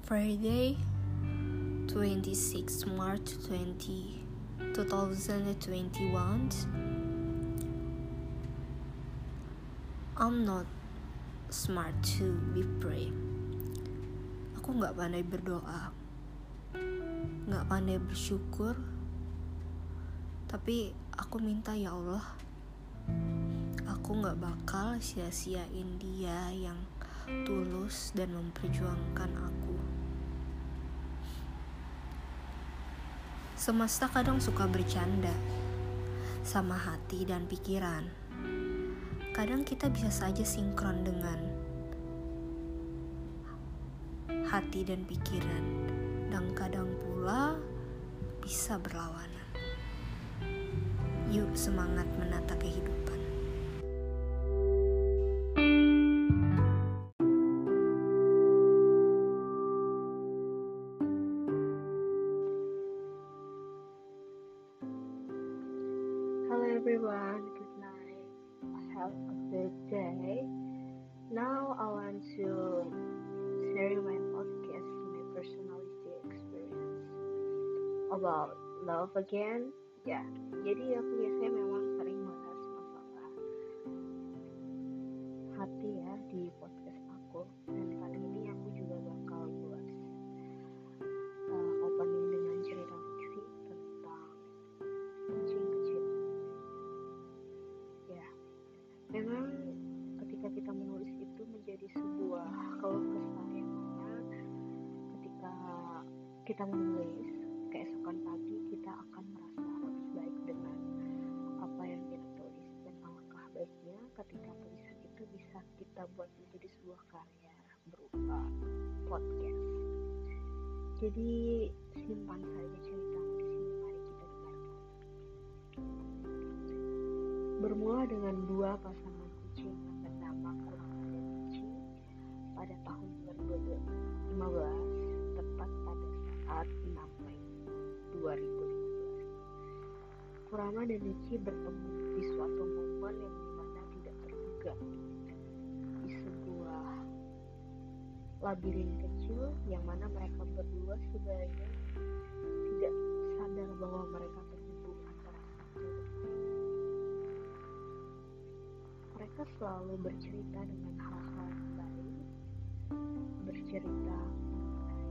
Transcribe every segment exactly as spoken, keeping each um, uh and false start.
Friday, twenty-sixth March twenty, twenty twenty-one. I'm not smart to be pray. Aku gak pandai berdoa, gak pandai bersyukur. Tapi aku minta, ya Allah, aku gak bakal sia-siain dia yang tulus dan memperjuangkan aku. Semesta kadang suka bercanda sama hati dan pikiran. Kadang kita bisa saja sinkron dengan hati dan pikiran, dan kadang pula bisa berlawanan. Yuk semangat menata kehidupan. Hello everyone, good night. Have a good day. Now I want to share my podcast, my personality experience about love again. Ya, jadi aku biasanya memang sering bahas masalah hati ya di podcast aku. Dan kali ini aku juga bakal buat uh, opening dengan cerita lucu tentang kucing kecil. Ya, memang ketika kita menulis itu menjadi sebuah keluh kesah yang mana ketika kita menulis keesokan pagi kita akan merasa lebih baik dengan apa yang kita tulis, dan alangkah baiknya ketika tulisan itu bisa kita buat menjadi sebuah karya berupa podcast. Jadi simpan saja ceritamu di sini, mari kita dengarkan. Bermula dengan dua pasangan kucing yang bernama Kurama dan Michi pada tahun dua ribu lima belas, tepat pada saat enam Mei dua ribu lima belas. Kurama dan Michi bertemu di suatu momen yang dimana tidak terduga, di sebuah labirin kecil yang mana mereka berdua sebenarnya tidak sadar bahwa mereka terhubung antara satu dan lain. Mereka selalu bercerita dengan hal-hal yang baik, bercerita mengenai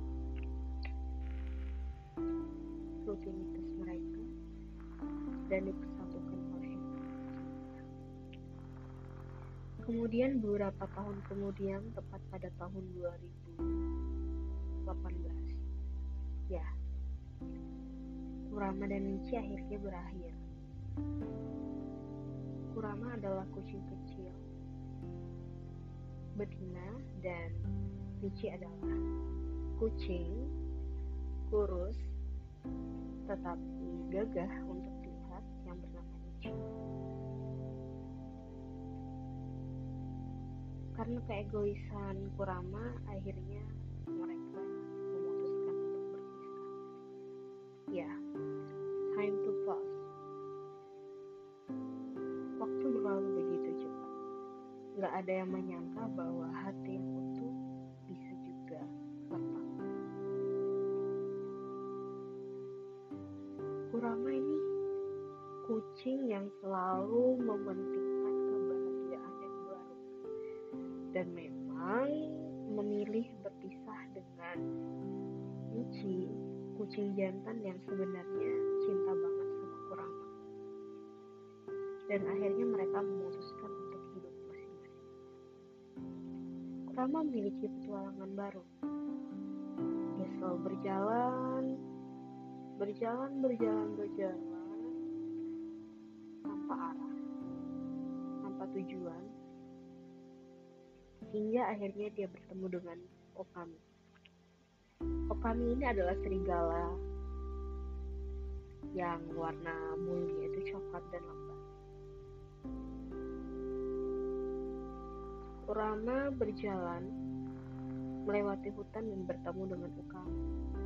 rutinitas mereka, dan dipersatukan oleh yang namanya cinta. Kemudian beberapa tahun kemudian, tepat pada tahun dua ribu delapan belas, ya, Kurama dan Michi akhirnya berakhir. Kurama adalah kucing kecil betina dan Michi adalah kucing kurus tetapi gagah untuk dilihat yang bernama Michi. Karena keegoisan Kurama, akhirnya mereka memutuskan untuk berpisah. Ya, time to pause. Waktu berlalu begitu cepat. Gak ada yang menyangka bahwa hati yang utuh bisa juga retak. Kurama ini kucing yang selalu mementingkan kebahagiaan yang baru, dan memang memilih berpisah dengan Michi, kucing jantan yang sebenarnya cinta banget sama Kurama. Dan akhirnya mereka memutuskan untuk hidup masing-masing. Kurama memiliki petualangan baru. Dia selalu berjalan, berjalan, berjalan, berjalan tanpa arah, tanpa tujuan, hingga akhirnya dia bertemu dengan Okami. Okami ini adalah serigala yang warna bulunya itu coklat dan lembat. Kurama berjalan melewati hutan dan bertemu dengan Okami.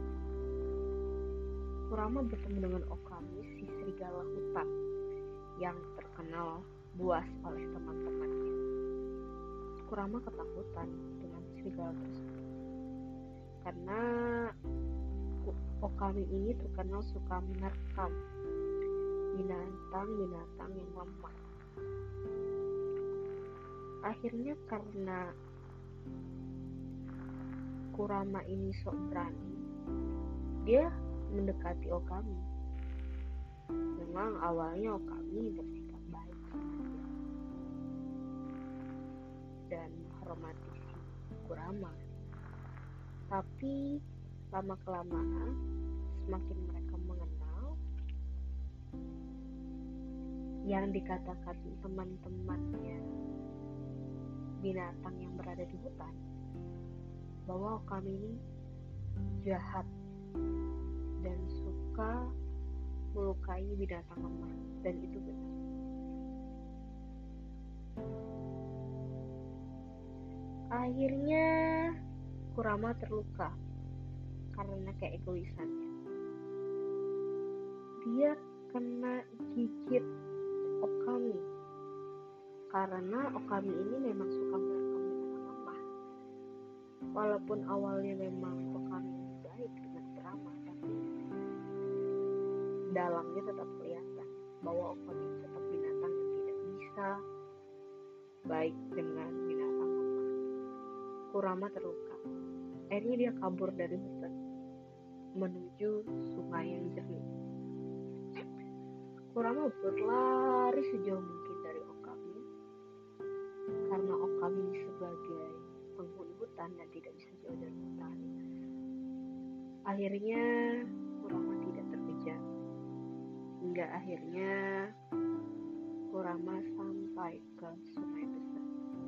Kurama bertemu dengan Okami, si serigala hutan yang terkenal buas oleh teman-temannya. Kurama ketakutan dengan serigala tersebut. karena Okami ini terkenal suka menerkam binatang-binatang yang lemah. Akhirnya karena Kurama ini sok berani, dia mendekati Okami. Memang awalnya Okami bersikap baik sama dia dan menghormati si Kurama. Tapi lama-kelamaan, semakin mereka mengenal, yang dikatakan teman-temannya binatang yang berada di hutan, bahwa Okami ini jahat dan suka melukai binatang lemah, dan itu benar. Akhirnya Kurama terluka karena keegoisannya. Dia kena gigit Okami karena Okami ini memang suka menerkam binatang lemah. Walaupun awalnya memang Okami ini baik dengan Kurama, tapi dalangnya tetap kelihatan bahwa Okami tetap binatang yang tidak bisa baik dengan binatang lemah. Kurama terluka. Akhirnya dia kabur dari hutan menuju sungai yang jernih. Kurama berlari sejauh mungkin dari Okami karena Okami sebagai penghuni hutan dan tidak bisa jauh dari hutan. Akhirnya Kurama tidak terkejar hingga akhirnya Kurama sampai ke sungai besar.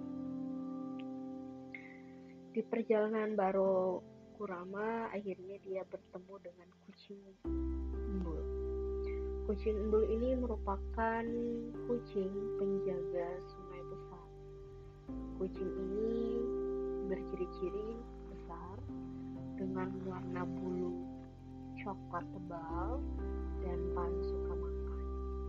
Di perjalanan baru Kurama, akhirnya dia bertemu dengan kucing embul. Kucing embul ini merupakan kucing penjaga sungai besar. Kucing ini berciri-ciri besar dengan warna bulu coklat tebal dan paling suka makan.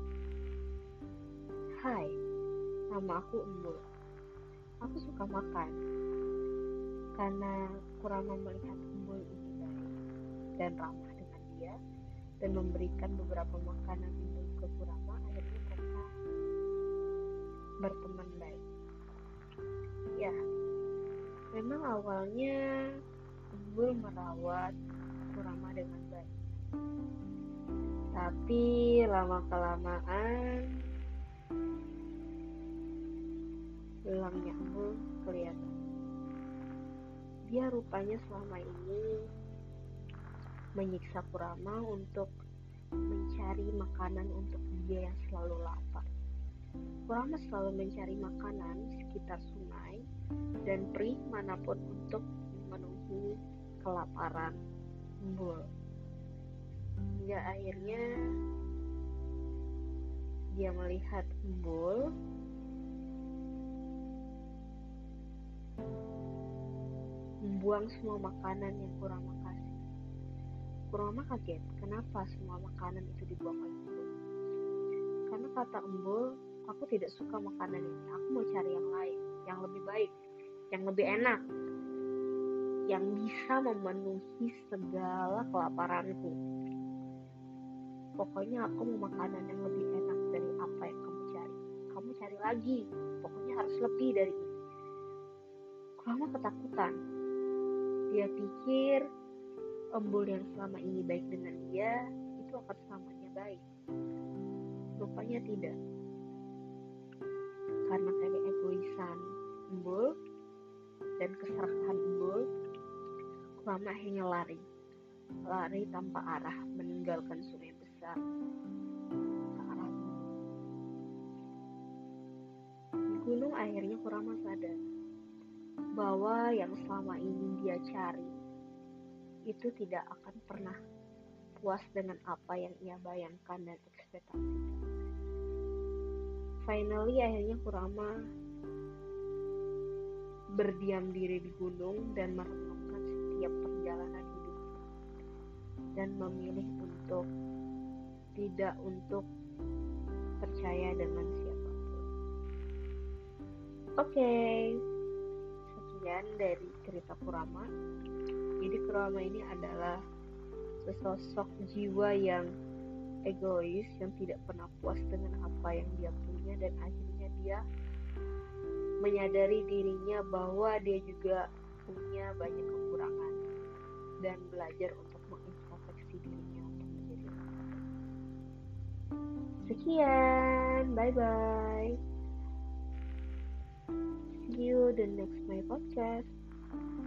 Hai, nama aku Embul. Aku suka makan. Karena Kurama melihat Embul ini baik dan ramah dengan dia dan memberikan beberapa makanan Embul ke Kurama, akhirnya mereka berteman baik. Ya, memang awalnya Embul merawat Kurama dengan baik, tapi lama-kelamaan hilangnya Embul kelihatan. Dia rupanya selama ini menyiksa Kurama untuk mencari makanan untuk dia yang selalu lapar. Kurama selalu mencari makanan di sekitar sungai dan perih manapun untuk memenuhi kelaparan Embul. Hingga akhirnya dia melihat Embul membuang semua makanan yang Kurama kasih. Kurama kaget, kenapa semua makanan itu dibuang oleh Embul? Karena kata Embul, aku tidak suka makanan ini, aku mau cari yang lain, yang lebih baik, yang lebih enak, yang bisa memenuhi segala kelaparanku. Pokoknya aku mau makanan yang lebih enak dari apa yang kamu cari. Kamu cari lagi, pokoknya harus lebih dari ini. Kurama ketakutan. Dia pikir Embul yang selama ini baik dengan dia itu akan selamanya baik. Rupanya tidak. Karena keegoisan Embul dan keserakahan Embul, Kurama akhirnya lari. Lari tanpa arah meninggalkan sungai besar ke arah gunung. Di gunung akhirnya Kurama sadar bahwa yang selama ini dia cari itu tidak akan pernah puas dengan apa yang ia bayangkan dan ekspektasikan. Finally akhirnya Kurama berdiam diri di gunung dan merenungkan setiap perjalanan hidupnya dan memilih untuk tidak untuk percaya dengan siapapun. Oke, okay. Sekian dari cerita Kurama. Jadi drama ini adalah sesosok jiwa yang egois yang tidak pernah puas dengan apa yang dia punya, dan akhirnya dia menyadari dirinya bahwa dia juga punya banyak kekurangan dan belajar untuk mengintrospeksi dirinya untuk menjadi orang terbaik. Sekian, bye bye. See you the next my podcast.